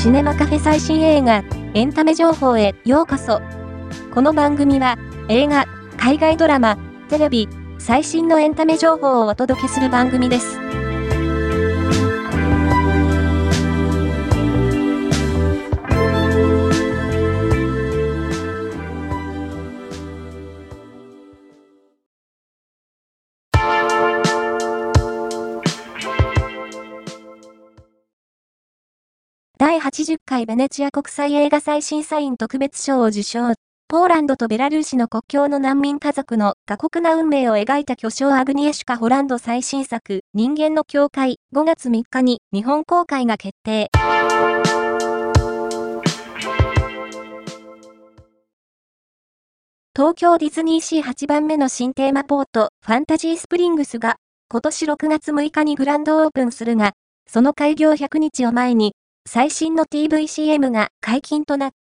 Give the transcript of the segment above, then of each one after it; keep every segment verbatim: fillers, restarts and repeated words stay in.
シネマカフェ最新映画、エンタメ情報へようこそ。この番組は、映画、海外ドラマ、テレビ、最新のエンタメ情報をお届けする番組です。だいはちじゅっかいベネチア国際映画祭審査員特別賞を受賞。ポーランドとベラルーシの国境の難民家族の過酷な運命を描いた巨匠アグニエシュカ・ホランド最新作、人間の教会、ごがつみっかに日本公開が決定。東京ディズニーシーはちばんめの新テーマポート、ファンタジースプリングスが、今年ろくがつむいかにグランドオープンするが、その開業ひゃくにちを前に、最新の ティーブイシーエム が解禁となった。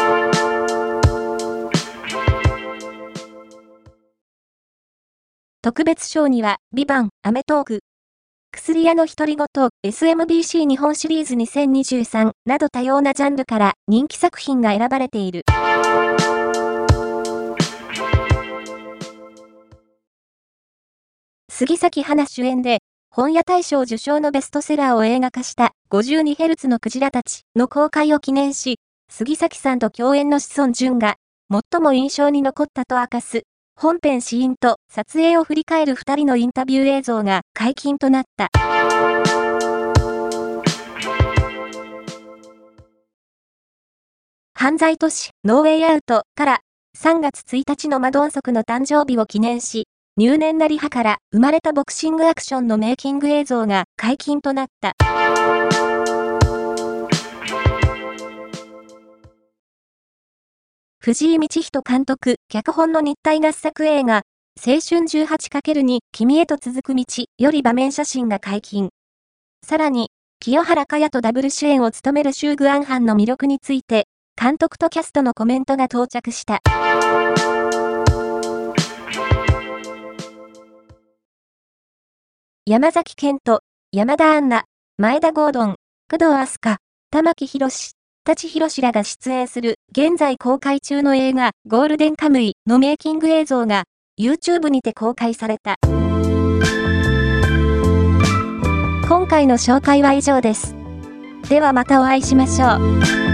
特別賞には、ビバン、アメトーーク、薬屋の独り言、エスエムビーシー 日本シリーズにせんにじゅうさんなど多様なジャンルから人気作品が選ばれている。杉咲花主演で、本屋大賞受賞のベストセラーを映画化した ごじゅうにヘルツ のクジラたちの公開を記念し、杉咲さんと共演の志尊淳が最も印象に残ったと明かす本編シーンと撮影を振り返るふたりのインタビュー映像が解禁となった。犯罪都市ノーウェイアウトからさんがつついたちのマドンソクの誕生日を記念し、入念なリハから生まれたボクシングアクションのメイキング映像が解禁となった。藤井道人監督、脚本の日体合作映画、青春 じゅうはちかけるに 君へと続く道より場面写真が解禁。さらに、清原果耶とダブル主演を務めるシュー・グアンハンの魅力について、監督とキャストのコメントが到着した。山崎賢人、山田杏奈、前田郷敦、工藤飛鳥、玉木宏、舘ひろしらが出演する現在公開中の映画ゴールデンカムイのメイキング映像が YouTube にて公開された。今回の紹介は以上です。ではまたお会いしましょう。